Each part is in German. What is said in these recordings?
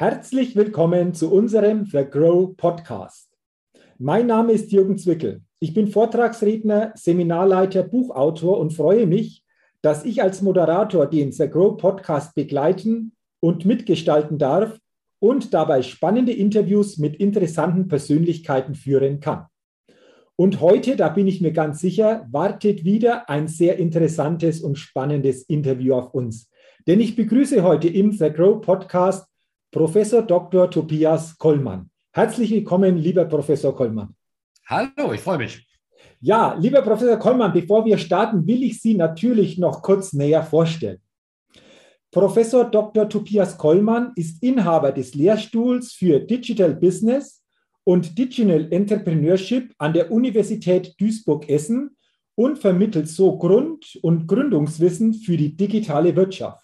Herzlich willkommen zu unserem The Grow Podcast. Mein Name ist Jürgen Zwickel. Ich bin Vortragsredner, Seminarleiter, Buchautor und freue mich, dass ich als Moderator den The Grow Podcast begleiten und mitgestalten darf und dabei spannende Interviews mit interessanten Persönlichkeiten führen kann. Und heute, da bin ich mir ganz sicher, wartet wieder ein sehr interessantes und spannendes Interview auf uns. Denn ich begrüße heute im The Grow Podcast Professor Dr. Tobias Kollmann. Herzlich willkommen, lieber Professor Kollmann. Hallo, ich freue mich. Ja, lieber Professor Kollmann, bevor wir starten, will ich Sie natürlich noch kurz näher vorstellen. Professor Dr. Tobias Kollmann ist Inhaber des Lehrstuhls für Digital Business und Digital Entrepreneurship an der Universität Duisburg-Essen und vermittelt so Grund- und Gründungswissen für die digitale Wirtschaft.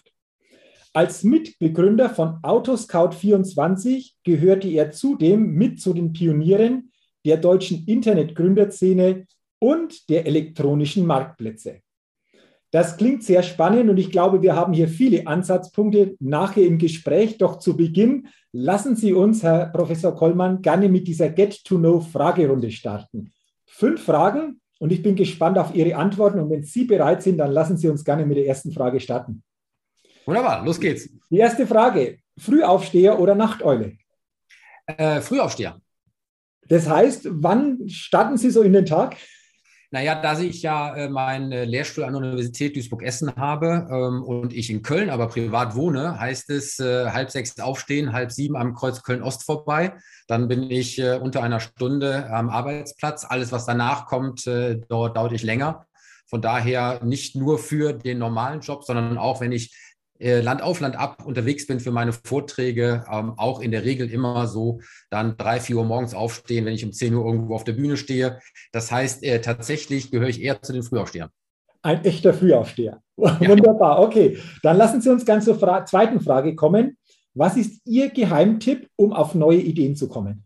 Als Mitbegründer von Autoscout24 gehörte er zudem mit zu den Pionieren der deutschen Internetgründerszene und der elektronischen Marktplätze. Das klingt sehr spannend und ich glaube, wir haben hier viele Ansatzpunkte nachher im Gespräch. Doch zu Beginn lassen Sie uns, Herr Professor Kollmann, gerne mit dieser Get-to-Know-Fragerunde starten. 5 Fragen und ich bin gespannt auf Ihre Antworten. Und wenn Sie bereit sind, dann lassen Sie uns gerne mit der ersten Frage starten. Wunderbar, los geht's. Die erste Frage, Frühaufsteher oder Nachteule? Frühaufsteher. Das heißt, wann starten Sie so in den Tag? Naja, da ich ja meinen Lehrstuhl an der Universität Duisburg-Essen habe und ich in Köln aber privat wohne, heißt es 5:30 aufstehen, 6:30 am Kreuz Köln-Ost vorbei. Dann bin ich unter einer Stunde am Arbeitsplatz. Alles, was danach kommt, dauert deutlich länger. Von daher nicht nur für den normalen Job, sondern auch, wenn ich Land auf, Land ab unterwegs bin für meine Vorträge, auch in der Regel immer so dann 3, 4 Uhr morgens aufstehen, wenn ich um 10 Uhr irgendwo auf der Bühne stehe. Das heißt, tatsächlich gehöre ich eher zu den Frühaufstehern. Ein echter Frühaufsteher. Ja. Wunderbar, okay. Dann lassen Sie uns ganz zur zweiten Frage kommen. Was ist Ihr Geheimtipp, um auf neue Ideen zu kommen?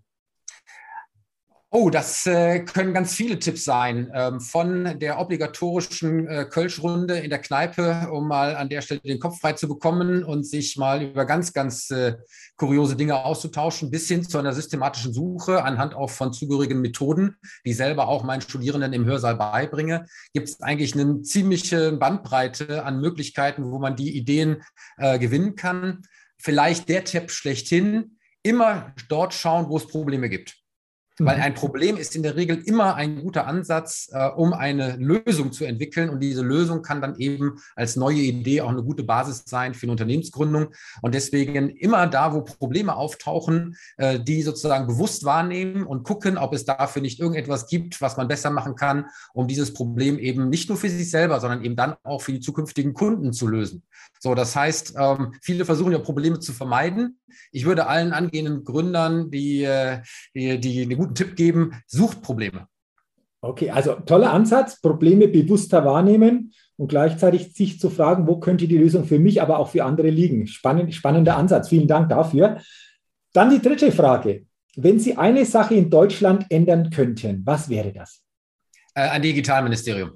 Oh, das können ganz viele Tipps sein. Von der obligatorischen Kölschrunde in der Kneipe, um mal an der Stelle den Kopf frei zu bekommen und sich mal über ganz kuriose Dinge auszutauschen, bis hin zu einer systematischen Suche anhand auch von zugehörigen Methoden, die ich selber auch meinen Studierenden im Hörsaal beibringe, gibt es eigentlich eine ziemliche Bandbreite an Möglichkeiten, wo man die Ideen gewinnen kann. Vielleicht der Tipp schlechthin, immer dort schauen, wo es Probleme gibt. Weil ein Problem ist in der Regel immer ein guter Ansatz, um eine Lösung zu entwickeln. Und diese Lösung kann dann eben als neue Idee auch eine gute Basis sein für eine Unternehmensgründung. Und deswegen immer da, wo Probleme auftauchen, die sozusagen bewusst wahrnehmen und gucken, ob es dafür nicht irgendetwas gibt, was man besser machen kann, um dieses Problem eben nicht nur für sich selber, sondern eben dann auch für die zukünftigen Kunden zu lösen. So, das heißt, viele versuchen ja Probleme zu vermeiden. Ich würde allen angehenden Gründern, die einen guten Tipp geben, sucht Probleme. Okay, also toller Ansatz, Probleme bewusster wahrnehmen und gleichzeitig sich zu fragen, wo könnte die Lösung für mich, aber auch für andere liegen. Spannender Ansatz, vielen Dank dafür. Dann die dritte Frage. Wenn Sie eine Sache in Deutschland ändern könnten, was wäre das? Ein Digitalministerium.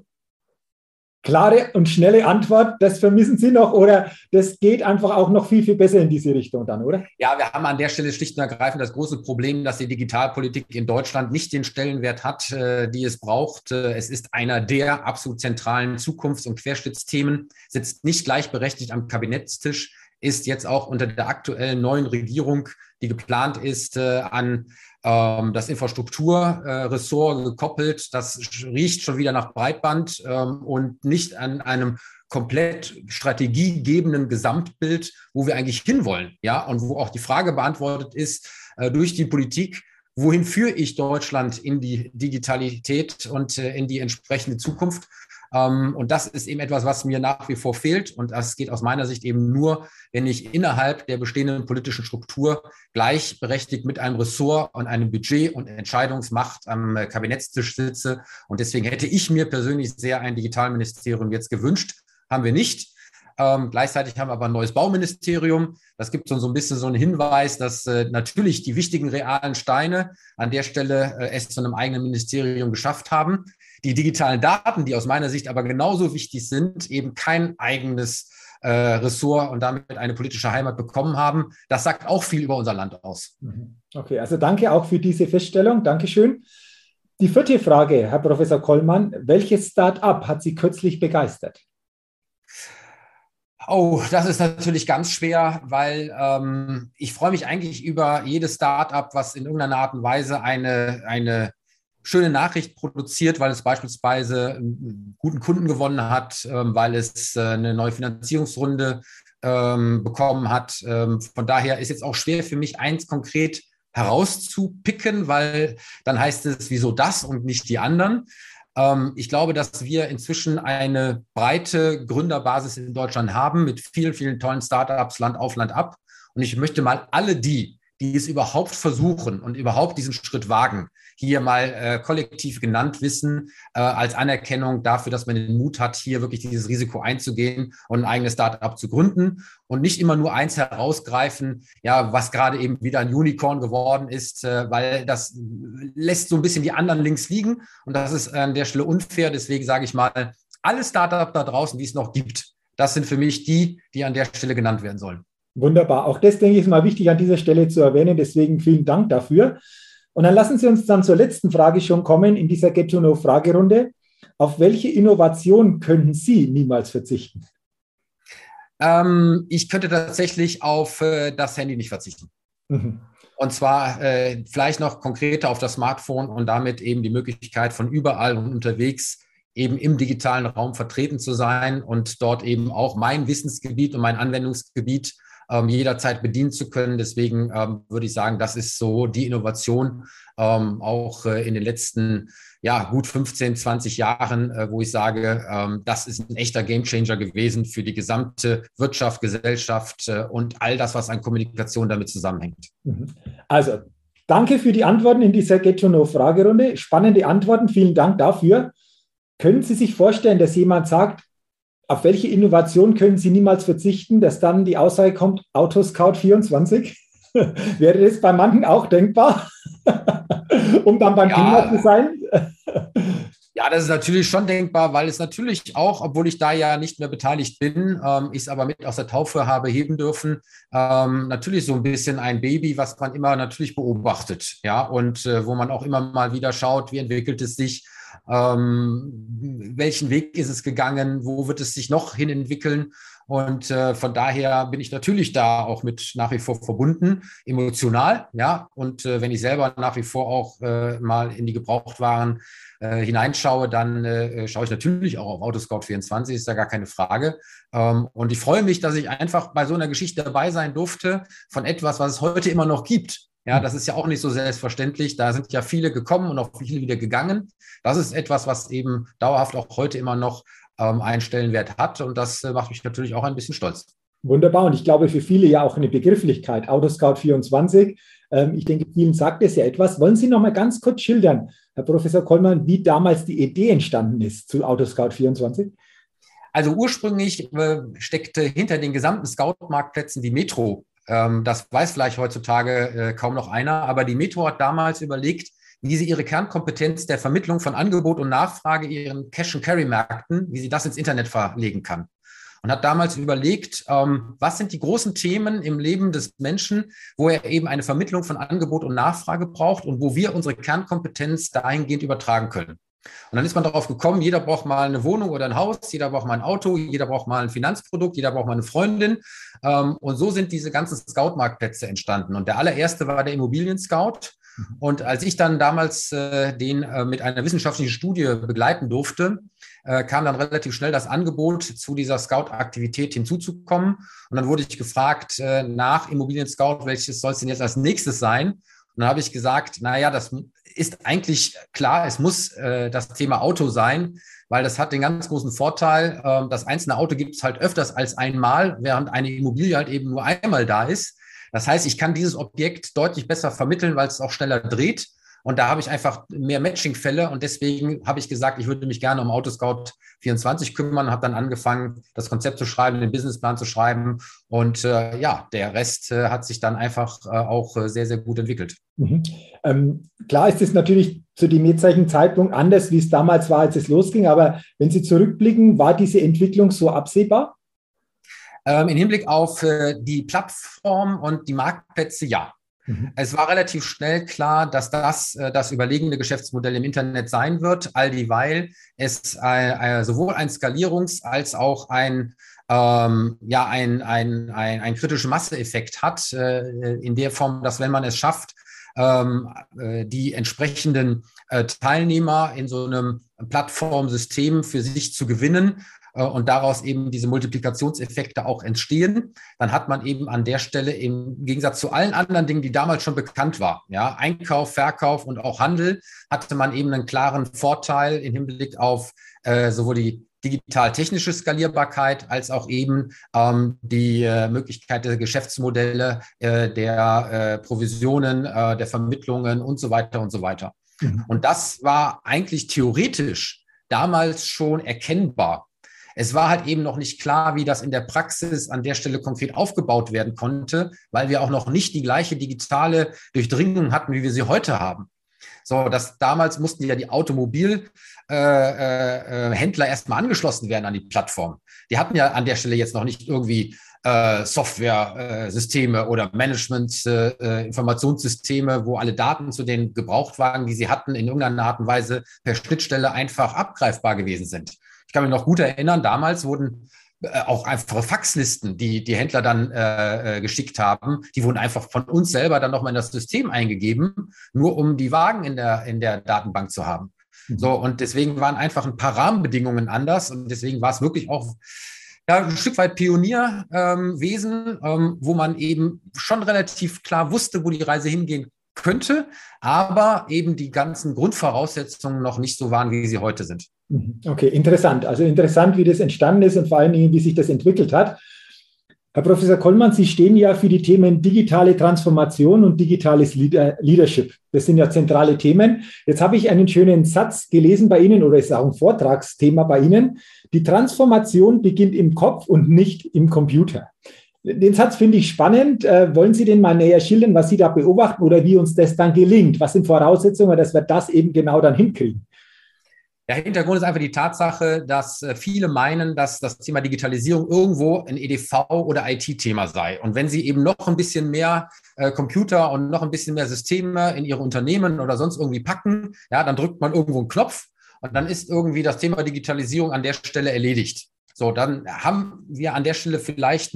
Klare und schnelle Antwort, das vermissen Sie noch oder das geht einfach auch noch viel, viel besser in diese Richtung dann, oder? Ja, wir haben an der Stelle schlicht und ergreifend das große Problem, dass die Digitalpolitik in Deutschland nicht den Stellenwert hat, die es braucht. Es ist einer der absolut zentralen Zukunfts- und Querschnittsthemen, sitzt nicht gleichberechtigt am Kabinettstisch, ist jetzt auch unter der aktuellen neuen Regierung, die geplant ist, an das Infrastrukturressort gekoppelt. Das riecht schon wieder nach Breitband und nicht an einem komplett strategiegebenden Gesamtbild, wo wir eigentlich hinwollen, ja, und wo auch die Frage beantwortet ist durch die Politik, wohin führe ich Deutschland in die Digitalität und in die entsprechende Zukunft? Und das ist eben etwas, was mir nach wie vor fehlt. Und das geht aus meiner Sicht eben nur, wenn ich innerhalb der bestehenden politischen Struktur gleichberechtigt mit einem Ressort und einem Budget und Entscheidungsmacht am Kabinettstisch sitze. Und deswegen hätte ich mir persönlich sehr ein Digitalministerium jetzt gewünscht. Haben wir nicht. Gleichzeitig haben wir aber ein neues Bauministerium. Das gibt so ein bisschen so einen Hinweis, dass natürlich die wichtigen realen Steine an der Stelle es zu einem eigenen Ministerium geschafft haben. Die digitalen Daten, die aus meiner Sicht aber genauso wichtig sind, eben kein eigenes Ressort und damit eine politische Heimat bekommen haben. Das sagt auch viel über unser Land aus. Okay, also danke auch für diese Feststellung. Dankeschön. Die vierte Frage, Herr Professor Kollmann. Welches Start-up hat Sie kürzlich begeistert? Oh, das ist natürlich ganz schwer, weil ich freue mich eigentlich über jedes Start-up, was in irgendeiner Art und Weise eine schöne Nachricht produziert, weil es beispielsweise einen guten Kunden gewonnen hat, weil es eine neue Finanzierungsrunde bekommen hat. Von daher ist jetzt auch schwer für mich, eins konkret herauszupicken, weil dann heißt es, wieso das und nicht die anderen. Ich glaube, dass wir inzwischen eine breite Gründerbasis in Deutschland haben mit vielen, vielen tollen Startups, Land auf, Land ab. Und ich möchte mal alle die es überhaupt versuchen und überhaupt diesen Schritt wagen, hier mal kollektiv genannt wissen, als Anerkennung dafür, dass man den Mut hat, hier wirklich dieses Risiko einzugehen und ein eigenes Startup zu gründen und nicht immer nur eins herausgreifen, ja, was gerade eben wieder ein Unicorn geworden ist, weil das lässt so ein bisschen die anderen links liegen und das ist an der Stelle unfair. Deswegen sage ich mal, alle Startups da draußen, die es noch gibt, das sind für mich die an der Stelle genannt werden sollen. Wunderbar. Auch das, denke ich, ist mal wichtig an dieser Stelle zu erwähnen. Deswegen vielen Dank dafür. Und dann lassen Sie uns dann zur letzten Frage schon kommen in dieser Get-to-Know-Fragerunde. Auf welche Innovation könnten Sie niemals verzichten? Ich könnte tatsächlich auf das Handy nicht verzichten. Mhm. Und zwar vielleicht noch konkreter auf das Smartphone und damit eben die Möglichkeit von überall und unterwegs eben im digitalen Raum vertreten zu sein und dort eben auch mein Wissensgebiet und mein Anwendungsgebiet jederzeit bedienen zu können. Deswegen würde ich sagen, das ist so die Innovation auch in den letzten gut 15, 20 Jahren, wo ich sage, das ist ein echter Gamechanger gewesen für die gesamte Wirtschaft, Gesellschaft und all das, was an Kommunikation damit zusammenhängt. Also, danke für die Antworten in dieser Get-to-Know-Fragerunde. Spannende Antworten, vielen Dank dafür. Können Sie sich vorstellen, dass jemand sagt, auf welche Innovation können Sie niemals verzichten, dass dann die Aussage kommt, AutoScout24? Wäre das bei manchen auch denkbar, um dann beim Thema zu sein? Ja, das ist natürlich schon denkbar, weil es natürlich auch, obwohl ich da ja nicht mehr beteiligt bin, ich es aber mit aus der Taufe habe heben dürfen, natürlich so ein bisschen ein Baby, was man immer natürlich beobachtet, ja, und wo man auch immer mal wieder schaut, wie entwickelt es sich, welchen Weg ist es gegangen, wo wird es sich noch hin entwickeln und von daher bin ich natürlich da auch mit nach wie vor verbunden, emotional, ja, und wenn ich selber nach wie vor auch mal in die Gebrauchtwaren hineinschaue, dann schaue ich natürlich auch auf AutoScout24, ist da gar keine Frage. Und ich freue mich, dass ich einfach bei so einer Geschichte dabei sein durfte von etwas, was es heute immer noch gibt. Ja, das ist ja auch nicht so selbstverständlich. Da sind ja viele gekommen und auch viele wieder gegangen. Das ist etwas, was eben dauerhaft auch heute immer noch einen Stellenwert hat. Und das macht mich natürlich auch ein bisschen stolz. Wunderbar. Und ich glaube, für viele ja auch eine Begrifflichkeit, AutoScout24. Ich denke, vielen sagt es ja etwas. Wollen Sie noch mal ganz kurz schildern, Herr Professor Kollmann, wie damals die Idee entstanden ist zu AutoScout24? Also ursprünglich steckte hinter den gesamten Scout-Marktplätzen die Metro. Das weiß vielleicht heutzutage kaum noch einer, aber die Metro hat damals überlegt, wie sie ihre Kernkompetenz der Vermittlung von Angebot und Nachfrage ihren Cash-and-Carry-Märkten, wie sie das ins Internet verlegen kann. Und hat damals überlegt, was sind die großen Themen im Leben des Menschen, wo er eben eine Vermittlung von Angebot und Nachfrage braucht und wo wir unsere Kernkompetenz dahingehend übertragen können. Und dann ist man darauf gekommen, jeder braucht mal eine Wohnung oder ein Haus, jeder braucht mal ein Auto, jeder braucht mal ein Finanzprodukt, jeder braucht mal eine Freundin. Und so sind diese ganzen Scout-Marktplätze entstanden. Und der allererste war der Immobilien-Scout. Und als ich dann damals den mit einer wissenschaftlichen Studie begleiten durfte, kam dann relativ schnell das Angebot, zu dieser Scout-Aktivität hinzuzukommen. Und dann wurde ich gefragt nach Immobilien-Scout, welches soll es denn jetzt als nächstes sein? Und dann habe ich gesagt, naja, das ist eigentlich klar, es muss das Thema Auto sein, weil das hat den ganz großen Vorteil, das einzelne Auto gibt es halt öfters als einmal, während eine Immobilie halt eben nur einmal da ist. Das heißt, ich kann dieses Objekt deutlich besser vermitteln, weil es auch schneller dreht. Und da habe ich einfach mehr Matching-Fälle und deswegen habe ich gesagt, ich würde mich gerne um AutoScout24 kümmern, habe dann angefangen, das Konzept zu schreiben, den Businessplan zu schreiben und der Rest hat sich dann einfach auch sehr, sehr gut entwickelt. Mhm. Klar ist es natürlich zu dem jetzigen Zeitpunkt anders, wie es damals war, als es losging, aber wenn Sie zurückblicken, war diese Entwicklung so absehbar? Im Hinblick auf die Plattform und die Marktplätze, ja. Es war relativ schnell klar, dass das überlegene Geschäftsmodell im Internet sein wird, all dieweil es sowohl ein Skalierungs- als auch ein kritische Masseeffekt hat, in der Form, dass wenn man es schafft, die entsprechenden Teilnehmer in so einem Plattformsystem für sich zu gewinnen, und daraus eben diese Multiplikationseffekte auch entstehen, dann hat man eben an der Stelle im Gegensatz zu allen anderen Dingen, die damals schon bekannt waren, ja, Einkauf, Verkauf und auch Handel, hatte man eben einen klaren Vorteil im Hinblick auf sowohl die digital-technische Skalierbarkeit als auch eben die Möglichkeit der Geschäftsmodelle, der Provisionen, der Vermittlungen und so weiter und so weiter. Und das war eigentlich theoretisch damals schon erkennbar. Es war halt eben noch nicht klar, wie das in der Praxis an der Stelle konkret aufgebaut werden konnte, weil wir auch noch nicht die gleiche digitale Durchdringung hatten, wie wir sie heute haben. So, damals mussten ja die Automobilhändler erstmal angeschlossen werden an die Plattform. Die hatten ja an der Stelle jetzt noch nicht irgendwie Software-Systeme oder Management-Informationssysteme, wo alle Daten zu den Gebrauchtwagen, die sie hatten, in irgendeiner Art und Weise per Schnittstelle einfach abgreifbar gewesen sind. Ich kann mich noch gut erinnern, damals wurden auch einfache Faxlisten, die Händler dann geschickt haben, die wurden einfach von uns selber dann nochmal in das System eingegeben, nur um die Wagen in der Datenbank zu haben. So, und deswegen waren einfach ein paar Rahmenbedingungen anders und deswegen war es wirklich auch ein Stück weit Pionierwesen, wo man eben schon relativ klar wusste, wo die Reise hingehen könnte, aber eben die ganzen Grundvoraussetzungen noch nicht so waren, wie sie heute sind. Okay, interessant. Also interessant, wie das entstanden ist und vor allen Dingen, wie sich das entwickelt hat. Herr Professor Kollmann, Sie stehen ja für die Themen digitale Transformation und digitales Leadership. Das sind ja zentrale Themen. Jetzt habe ich einen schönen Satz gelesen bei Ihnen oder ist auch ein Vortragsthema bei Ihnen. Die Transformation beginnt im Kopf und nicht im Computer. Den Satz finde ich spannend. Wollen Sie den mal näher schildern, was Sie da beobachten oder wie uns das dann gelingt? Was sind Voraussetzungen, dass wir das eben genau dann hinkriegen? Der Hintergrund ist einfach die Tatsache, dass viele meinen, dass das Thema Digitalisierung irgendwo ein EDV- oder IT-Thema sei. Und wenn sie eben noch ein bisschen mehr Computer und noch ein bisschen mehr Systeme in ihre Unternehmen oder sonst irgendwie packen, ja, dann drückt man irgendwo einen Knopf und dann ist irgendwie das Thema Digitalisierung an der Stelle erledigt. So, dann haben wir an der Stelle vielleicht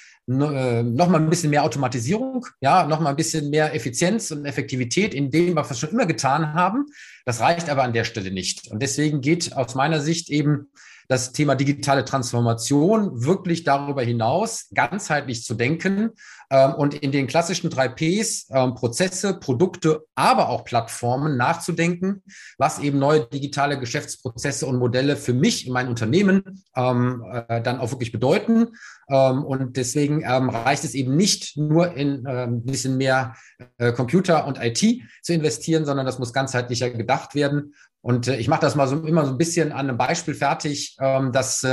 noch mal ein bisschen mehr Automatisierung, ja, noch mal ein bisschen mehr Effizienz und Effektivität in dem, was wir schon immer getan haben. Das reicht aber an der Stelle nicht. Und deswegen geht aus meiner Sicht eben das Thema digitale Transformation wirklich darüber hinaus, ganzheitlich zu denken und in den klassischen 3 Ps, Prozesse, Produkte, aber auch Plattformen nachzudenken, was eben neue digitale Geschäftsprozesse und Modelle für mich in meinem Unternehmen dann auch wirklich bedeuten. Und deswegen reicht es eben nicht nur in ein bisschen mehr Computer und IT zu investieren, sondern das muss ganzheitlicher gedacht werden. Und ich mache das mal immer so ein bisschen an einem Beispiel fertig, dass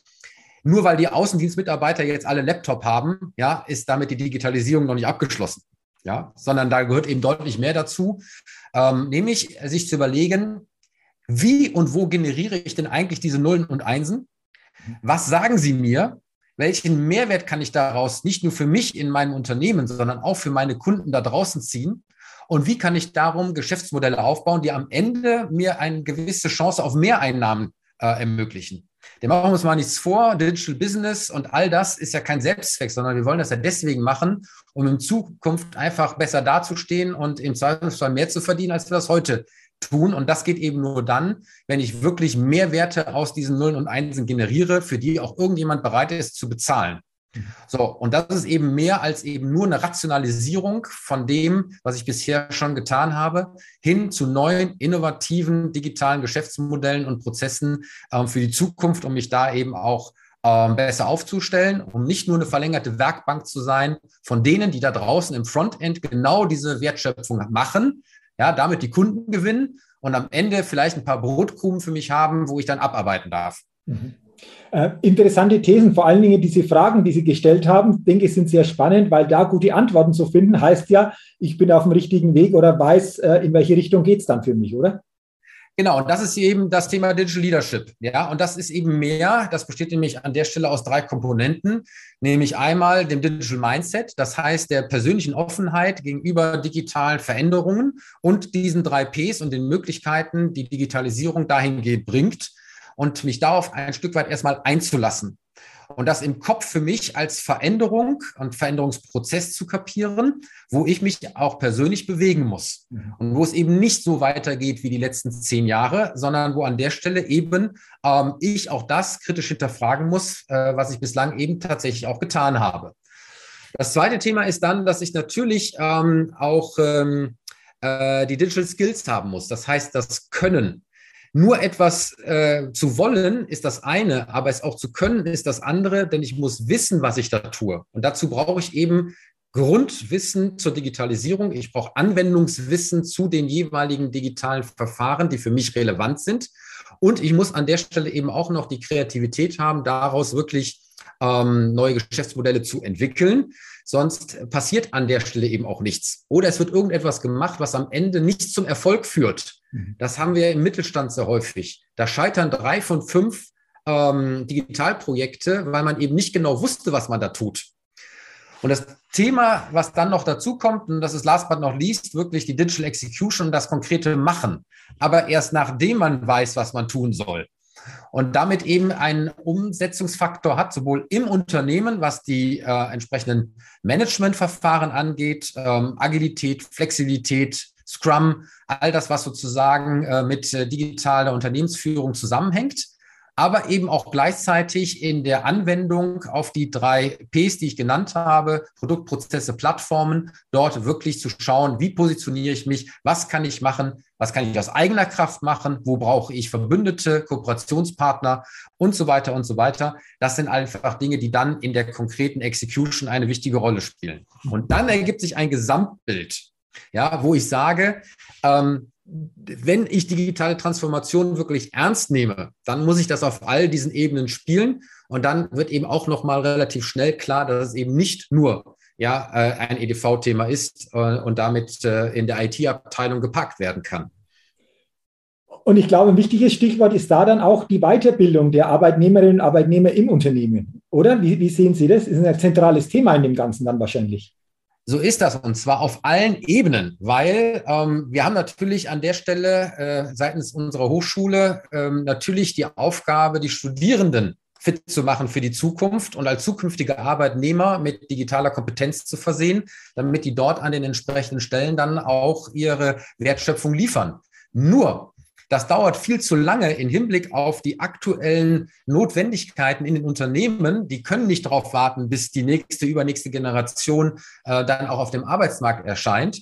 nur weil die Außendienstmitarbeiter jetzt alle Laptop haben, ja, ist damit die Digitalisierung noch nicht abgeschlossen. Ja, sondern da gehört eben deutlich mehr dazu, nämlich sich zu überlegen, wie und wo generiere ich denn eigentlich diese Nullen und Einsen? Was sagen sie mir? Welchen Mehrwert kann ich daraus nicht nur für mich in meinem Unternehmen, sondern auch für meine Kunden da draußen ziehen? Und wie kann ich darum Geschäftsmodelle aufbauen, die am Ende mir eine gewisse Chance auf Mehreinnahmen ermöglichen? Denn machen wir uns mal nichts vor, Digital Business und all das ist ja kein Selbstzweck, sondern wir wollen das ja deswegen machen, um in Zukunft einfach besser dazustehen und im Zweifelsfall mehr zu verdienen, als wir das heute tun. Und das geht eben nur dann, wenn ich wirklich Mehrwerte aus diesen Nullen und Einsen generiere, für die auch irgendjemand bereit ist zu bezahlen. So, und das ist eben mehr als eben nur eine Rationalisierung von dem, was ich bisher schon getan habe, hin zu neuen, innovativen, digitalen Geschäftsmodellen und Prozessen für die Zukunft, um mich da eben auch besser aufzustellen, um nicht nur eine verlängerte Werkbank zu sein von denen, die da draußen im Frontend genau diese Wertschöpfung machen, ja, damit die Kunden gewinnen und am Ende vielleicht ein paar Brotkrumen für mich haben, wo ich dann abarbeiten darf. Interessante Thesen, vor allen Dingen diese Fragen, die Sie gestellt haben, denke ich, sind sehr spannend, weil da gute Antworten zu finden, heißt ja, ich bin auf dem richtigen Weg oder weiß, in welche Richtung geht es dann für mich, oder? Genau, und das ist eben das Thema Digital Leadership. Ja, und das ist eben mehr, das besteht nämlich an der Stelle aus 3 Komponenten, nämlich einmal dem Digital Mindset, das heißt der persönlichen Offenheit gegenüber digitalen Veränderungen und diesen 3 Ps und den Möglichkeiten, die Digitalisierung dahingehend bringt und mich darauf ein Stück weit erstmal einzulassen. Und das im Kopf für mich als Veränderung und Veränderungsprozess zu kapieren, wo ich mich auch persönlich bewegen muss. Und wo es eben nicht so weitergeht wie die letzten 10 Jahre, sondern wo an der Stelle eben ich auch das kritisch hinterfragen muss, was ich bislang eben tatsächlich auch getan habe. Das zweite Thema ist dann, dass ich natürlich auch die Digital Skills haben muss. Das heißt, das Können. Nur etwas zu wollen ist das eine, aber es auch zu können ist das andere, denn ich muss wissen, was ich da tue. Und dazu brauche ich eben Grundwissen zur Digitalisierung. Ich brauche Anwendungswissen zu den jeweiligen digitalen Verfahren, die für mich relevant sind. Und ich muss an der Stelle eben auch noch die Kreativität haben, daraus wirklich neue Geschäftsmodelle zu entwickeln. Sonst passiert an der Stelle eben auch nichts. Oder es wird irgendetwas gemacht, was am Ende nicht zum Erfolg führt. Das haben wir im Mittelstand sehr häufig. Da scheitern 3 von 5 Digitalprojekte, weil man eben nicht genau wusste, was man da tut. Und das Thema, was dann noch dazu kommt, und das ist last but not least, wirklich die Digital Execution und das konkrete Machen. Aber erst nachdem man weiß, was man tun soll. Und damit eben einen Umsetzungsfaktor hat, sowohl im Unternehmen, was die entsprechenden Managementverfahren angeht, Agilität, Flexibilität, Scrum, all das, was sozusagen mit digitaler Unternehmensführung zusammenhängt, aber eben auch gleichzeitig in der Anwendung auf die 3 Ps, die ich genannt habe, Produkt, Prozesse, Plattformen, dort wirklich zu schauen, wie positioniere ich mich, was kann ich machen, was kann ich aus eigener Kraft machen, wo brauche ich Verbündete, Kooperationspartner und so weiter und so weiter. Das sind einfach Dinge, die dann in der konkreten Execution eine wichtige Rolle spielen. Und dann ergibt sich ein Gesamtbild, ja, wo ich sage, wenn ich digitale Transformation wirklich ernst nehme, dann muss ich das auf all diesen Ebenen spielen. Und dann wird eben auch nochmal relativ schnell klar, dass es eben nicht nur ein EDV-Thema ist und damit in der IT-Abteilung gepackt werden kann. Und ich glaube, ein wichtiges Stichwort ist da dann auch die Weiterbildung der Arbeitnehmerinnen und Arbeitnehmer im Unternehmen, oder? Wie sehen Sie das? Das ist ein zentrales Thema in dem Ganzen dann wahrscheinlich. So ist das, und zwar auf allen Ebenen, weil wir haben natürlich an der Stelle seitens unserer Hochschule natürlich die Aufgabe, die Studierenden fit zu machen für die Zukunft und als zukünftige Arbeitnehmer mit digitaler Kompetenz zu versehen, damit die dort an den entsprechenden Stellen dann auch ihre Wertschöpfung liefern. Nur, das dauert viel zu lange im Hinblick auf die aktuellen Notwendigkeiten in den Unternehmen. Die können nicht darauf warten, bis die nächste, übernächste Generation dann auch auf dem Arbeitsmarkt erscheint.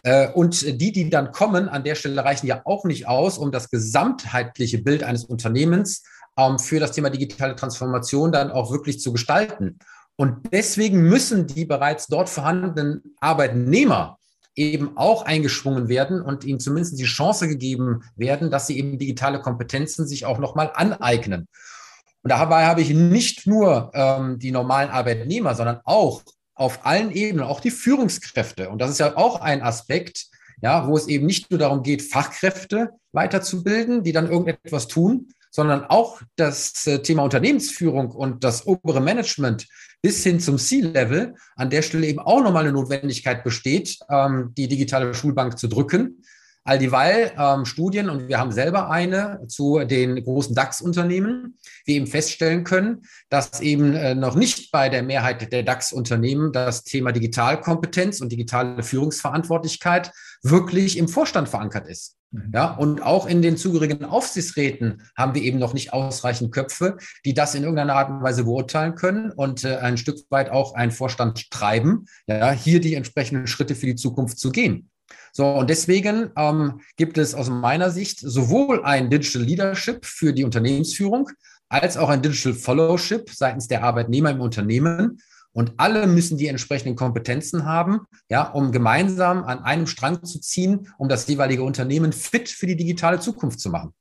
Und die dann kommen, an der Stelle reichen ja auch nicht aus, um das gesamtheitliche Bild eines Unternehmens für das Thema digitale Transformation dann auch wirklich zu gestalten. Und deswegen müssen die bereits dort vorhandenen Arbeitnehmer eben auch eingeschwungen werden und ihnen zumindest die Chance gegeben werden, dass sie eben digitale Kompetenzen sich auch nochmal aneignen. Und dabei habe ich nicht nur die normalen Arbeitnehmer, sondern auch auf allen Ebenen, auch die Führungskräfte. Und das ist ja auch ein Aspekt, ja, wo es eben nicht nur darum geht, Fachkräfte weiterzubilden, die dann irgendetwas tun, sondern auch das Thema Unternehmensführung und das obere Management bis hin zum C-Level an der Stelle eben auch nochmal eine Notwendigkeit besteht, die digitale Schulbank zu drücken. All dieweil Studien, und wir haben selber eine zu den großen DAX-Unternehmen, wir eben feststellen können, dass eben noch nicht bei der Mehrheit der DAX-Unternehmen das Thema Digitalkompetenz und digitale Führungsverantwortlichkeit wirklich im Vorstand verankert ist. Ja, und auch in den zugehörigen Aufsichtsräten haben wir eben noch nicht ausreichend Köpfe, die das in irgendeiner Art und Weise beurteilen können und ein Stück weit auch einen Vorstand treiben, ja, hier die entsprechenden Schritte für die Zukunft zu gehen. So, und deswegen gibt es aus meiner Sicht sowohl ein Digital Leadership für die Unternehmensführung als auch ein Digital Fellowship seitens der Arbeitnehmer im Unternehmen. Und alle müssen die entsprechenden Kompetenzen haben, ja, um gemeinsam an einem Strang zu ziehen, um das jeweilige Unternehmen fit für die digitale Zukunft zu machen.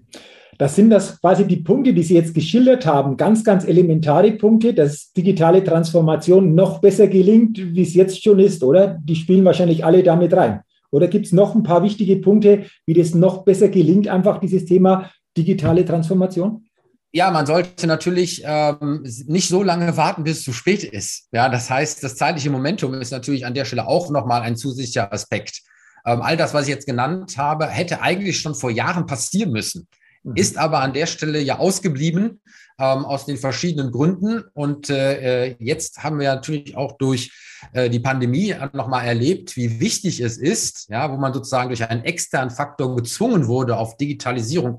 Das sind das quasi die Punkte, die Sie jetzt geschildert haben, ganz, ganz elementare Punkte, dass digitale Transformation noch besser gelingt, wie es jetzt schon ist, oder? Die spielen wahrscheinlich alle damit rein. Oder gibt es noch ein paar wichtige Punkte, wie das noch besser gelingt, einfach dieses Thema digitale Transformation? Ja, man sollte natürlich nicht so lange warten, bis es zu spät ist. Ja, das heißt, das zeitliche Momentum ist natürlich an der Stelle auch nochmal ein zusätzlicher Aspekt. All das, was ich jetzt genannt habe, hätte eigentlich schon vor Jahren passieren müssen, ist aber an der Stelle ja ausgeblieben, aus den verschiedenen Gründen. Und jetzt haben wir natürlich auch durch die Pandemie nochmal erlebt, wie wichtig es ist, ja, wo man sozusagen durch einen externen Faktor gezwungen wurde, auf Digitalisierung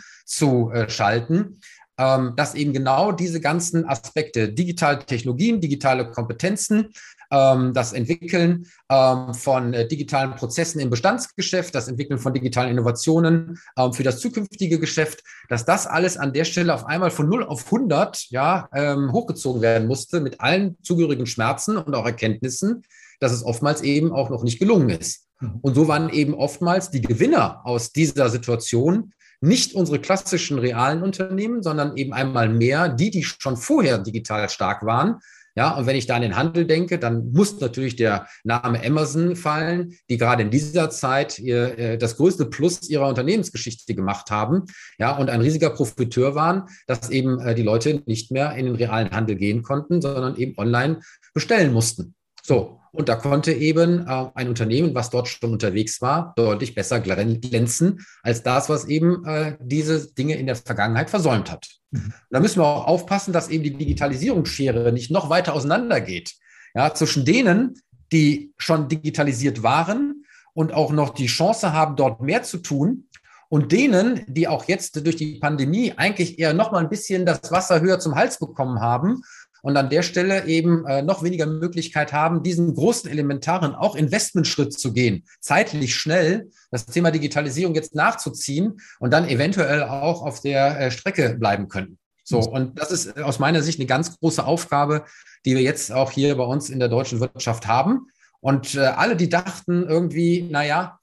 umzuschalten, dass eben genau diese ganzen Aspekte, digitale Technologien, digitale Kompetenzen, das Entwickeln von digitalen Prozessen im Bestandsgeschäft, das Entwickeln von digitalen Innovationen für das zukünftige Geschäft, dass das alles an der Stelle auf einmal von 0 auf 100 ja, hochgezogen werden musste mit allen zugehörigen Schmerzen und auch Erkenntnissen, dass es oftmals eben auch noch nicht gelungen ist. Und so waren eben oftmals die Gewinner aus dieser Situation nicht unsere klassischen realen Unternehmen, sondern eben einmal mehr die schon vorher digital stark waren. Ja, und wenn ich da an den Handel denke, dann muss natürlich der Name Amazon fallen, die gerade in dieser Zeit das größte Plus ihrer Unternehmensgeschichte gemacht haben, ja, und ein riesiger Profiteur waren, dass eben die Leute nicht mehr in den realen Handel gehen konnten, sondern eben online bestellen mussten. So, und da konnte eben ein Unternehmen, was dort schon unterwegs war, deutlich besser glänzen als das, was eben diese Dinge in der Vergangenheit versäumt hat. Da müssen wir auch aufpassen, dass eben die Digitalisierungsschere nicht noch weiter auseinandergeht. Ja, zwischen denen, die schon digitalisiert waren und auch noch die Chance haben, dort mehr zu tun, und denen, die auch jetzt durch die Pandemie eigentlich eher noch mal ein bisschen das Wasser höher zum Hals bekommen haben und an der Stelle eben noch weniger Möglichkeit haben, diesen großen elementaren auch Investmentschritt zu gehen, zeitlich schnell das Thema Digitalisierung jetzt nachzuziehen und dann eventuell auch auf der Strecke bleiben können. So, und das ist aus meiner Sicht eine ganz große Aufgabe, die wir jetzt auch hier bei uns in der deutschen Wirtschaft haben. Und alle, die dachten irgendwie, naja,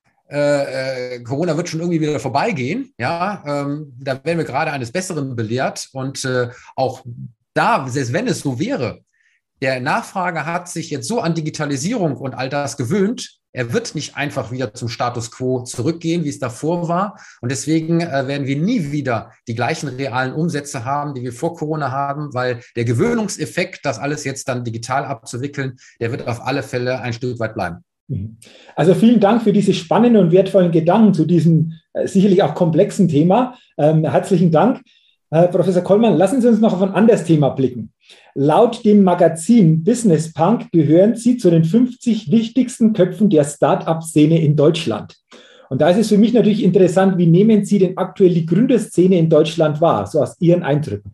Corona wird schon irgendwie wieder vorbeigehen, ja, da werden wir gerade eines Besseren belehrt und auch da, selbst wenn es so wäre, der Nachfrager hat sich jetzt so an Digitalisierung und all das gewöhnt, er wird nicht einfach wieder zum Status quo zurückgehen, wie es davor war. Und deswegen werden wir nie wieder die gleichen realen Umsätze haben, die wir vor Corona haben, weil der Gewöhnungseffekt, das alles jetzt dann digital abzuwickeln, der wird auf alle Fälle ein Stück weit bleiben. Also vielen Dank für diese spannenden und wertvollen Gedanken zu diesem sicherlich auch komplexen Thema. Herzlichen Dank. Herr Professor Kollmann, lassen Sie uns noch auf ein anderes Thema blicken. Laut dem Magazin Business Punk gehören Sie zu den 50 wichtigsten Köpfen der Start-up-Szene in Deutschland. Und da ist es für mich natürlich interessant, wie nehmen Sie denn aktuell die Gründerszene in Deutschland wahr, so aus Ihren Eindrücken?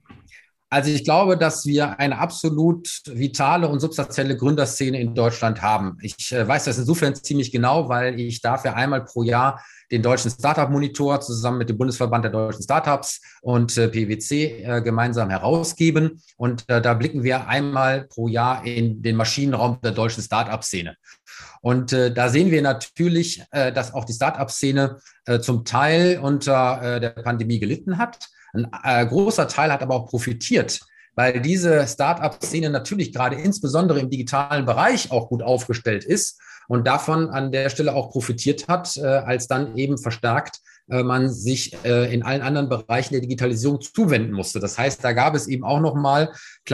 Also ich glaube, dass wir eine absolut vitale und substanzielle Gründerszene in Deutschland haben. Ich weiß das insofern ziemlich genau, weil ich darf ja einmal pro Jahr den Deutschen Startup-Monitor zusammen mit dem Bundesverband der deutschen Startups und PwC gemeinsam herausgeben. Und da blicken wir einmal pro Jahr in den Maschinenraum der deutschen Startup-Szene. Und da sehen wir natürlich, dass auch die Startup-Szene zum Teil unter der Pandemie gelitten hat. Ein großer Teil hat aber auch profitiert, weil diese Start-up-Szene natürlich gerade insbesondere im digitalen Bereich auch gut aufgestellt ist und davon an der Stelle auch profitiert hat, als dann eben verstärkt man sich in allen anderen Bereichen der Digitalisierung zuwenden musste. Das heißt, da gab es eben auch nochmal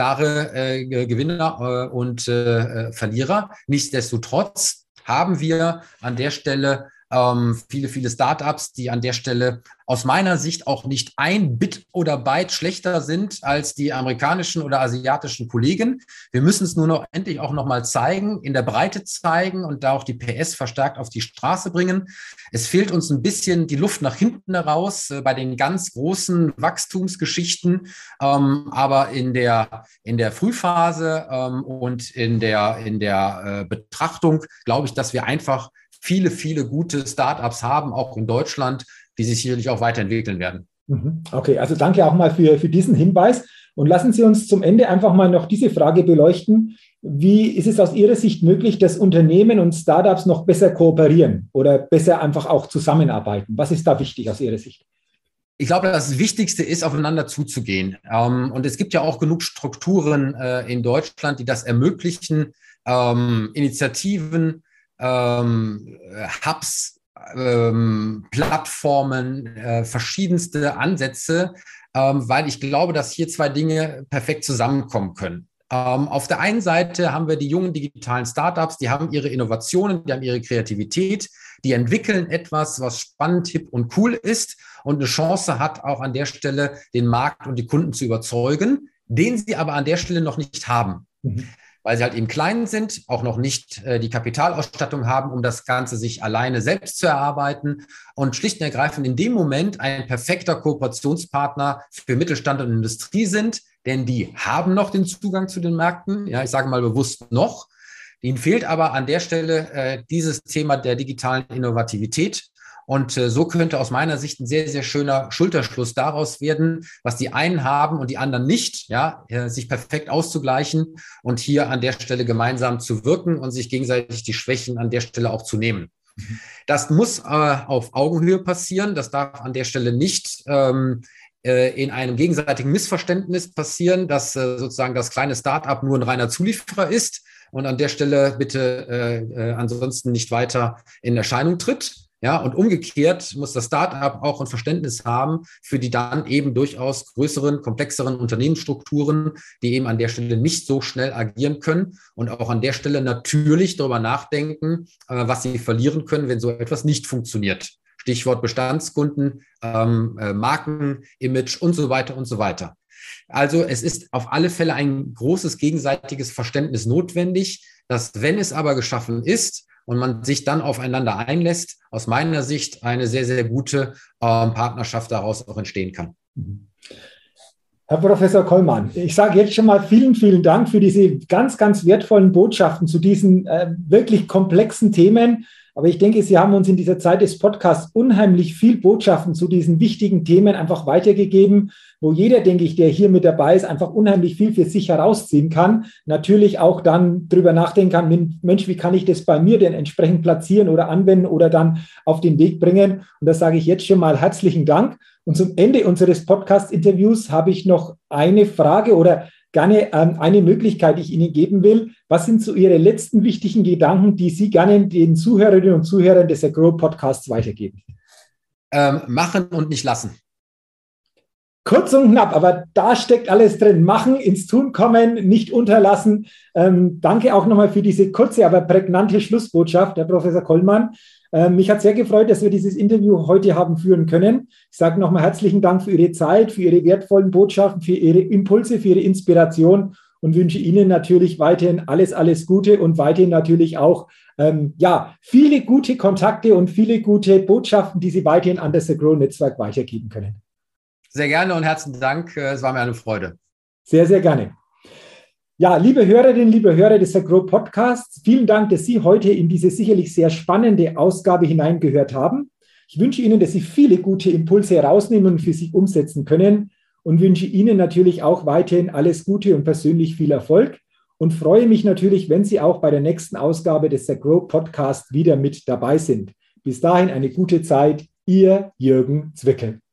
klare Gewinner und Verlierer. Nichtsdestotrotz haben wir an der Stelle viele Startups, die an der Stelle aus meiner Sicht auch nicht ein Bit oder Byte schlechter sind als die amerikanischen oder asiatischen Kollegen. Wir müssen es nur noch endlich auch noch mal zeigen, in der Breite zeigen und da auch die PS verstärkt auf die Straße bringen. Es fehlt uns ein bisschen die Luft nach hinten heraus bei den ganz großen Wachstumsgeschichten, aber in der Frühphase und in der Betrachtung glaube ich, dass wir einfach viele gute Startups haben, auch in Deutschland, die sich sicherlich auch weiterentwickeln werden. Okay, also danke auch mal für diesen Hinweis. Und lassen Sie uns zum Ende einfach mal noch diese Frage beleuchten. Wie ist es aus Ihrer Sicht möglich, dass Unternehmen und Startups noch besser kooperieren oder besser einfach auch zusammenarbeiten? Was ist da wichtig aus Ihrer Sicht? Ich glaube, das Wichtigste ist, aufeinander zuzugehen. Und es gibt ja auch genug Strukturen in Deutschland, die das ermöglichen, Initiativen Hubs, Plattformen, verschiedenste Ansätze, weil ich glaube, dass hier zwei Dinge perfekt zusammenkommen können. Auf der einen Seite haben wir die jungen digitalen Startups, die haben ihre Innovationen, die haben ihre Kreativität, die entwickeln etwas, was spannend, hip und cool ist und eine Chance hat, auch an der Stelle den Markt und die Kunden zu überzeugen, den sie aber an der Stelle noch nicht haben. Weil sie halt eben klein sind, auch noch nicht die Kapitalausstattung haben, um das Ganze sich alleine selbst zu erarbeiten und schlicht und ergreifend in dem Moment ein perfekter Kooperationspartner für Mittelstand und Industrie sind, denn die haben noch den Zugang zu den Märkten, ja, ich sage mal bewusst noch. Ihnen fehlt aber an der Stelle dieses Thema der digitalen Innovativität. Und so könnte aus meiner Sicht ein sehr, sehr schöner Schulterschluss daraus werden, was die einen haben und die anderen nicht, ja, sich perfekt auszugleichen und hier an der Stelle gemeinsam zu wirken und sich gegenseitig die Schwächen an der Stelle auch zu nehmen. Das muss auf Augenhöhe passieren. Das darf an der Stelle nicht in einem gegenseitigen Missverständnis passieren, dass sozusagen das kleine Start-up nur ein reiner Zulieferer ist und an der Stelle bitte ansonsten nicht weiter in Erscheinung tritt. Ja, und umgekehrt muss das Start-up auch ein Verständnis haben für die dann eben durchaus größeren, komplexeren Unternehmensstrukturen, die eben an der Stelle nicht so schnell agieren können und auch an der Stelle natürlich darüber nachdenken, was sie verlieren können, wenn so etwas nicht funktioniert. Stichwort Bestandskunden, Marken, Image und so weiter und so weiter. Also es ist auf alle Fälle ein großes gegenseitiges Verständnis notwendig, dass, wenn es aber geschaffen ist, und man sich dann aufeinander einlässt, aus meiner Sicht eine sehr, sehr gute Partnerschaft daraus auch entstehen kann. Herr Professor Kollmann, ich sage jetzt schon mal vielen, vielen Dank für diese ganz, ganz wertvollen Botschaften zu diesen wirklich komplexen Themen. Aber ich denke, Sie haben uns in dieser Zeit des Podcasts unheimlich viel Botschaften zu diesen wichtigen Themen einfach weitergegeben, wo jeder, denke ich, der hier mit dabei ist, einfach unheimlich viel für sich herausziehen kann. Natürlich auch dann drüber nachdenken kann, Mensch, wie kann ich das bei mir denn entsprechend platzieren oder anwenden oder dann auf den Weg bringen? Und da sage ich jetzt schon mal herzlichen Dank. Und zum Ende unseres Podcast-Interviews habe ich noch eine Frage oder gerne eine Möglichkeit, die ich Ihnen geben will. Was sind so Ihre letzten wichtigen Gedanken, die Sie gerne den Zuhörerinnen und Zuhörern des Agroo Podcasts weitergeben? Machen und nicht lassen. Kurz und knapp, aber da steckt alles drin. Machen, ins Tun kommen, nicht unterlassen. Danke auch nochmal für diese kurze, aber prägnante Schlussbotschaft, Herr Professor Kollmann. Mich hat sehr gefreut, dass wir dieses Interview heute haben führen können. Ich sage nochmal herzlichen Dank für Ihre Zeit, für Ihre wertvollen Botschaften, für Ihre Impulse, für Ihre Inspiration und wünsche Ihnen natürlich weiterhin alles, alles Gute und weiterhin natürlich auch viele gute Kontakte und viele gute Botschaften, die Sie weiterhin an das Agroo-Netzwerk weitergeben können. Sehr gerne und herzlichen Dank. Es war mir eine Freude. Sehr, sehr gerne. Ja, liebe Hörerinnen, liebe Hörer des Agroo Podcasts, vielen Dank, dass Sie heute in diese sicherlich sehr spannende Ausgabe hineingehört haben. Ich wünsche Ihnen, dass Sie viele gute Impulse herausnehmen und für sich umsetzen können und wünsche Ihnen natürlich auch weiterhin alles Gute und persönlich viel Erfolg und freue mich natürlich, wenn Sie auch bei der nächsten Ausgabe des Agroo Podcasts wieder mit dabei sind. Bis dahin eine gute Zeit, Ihr Jürgen Zwickel.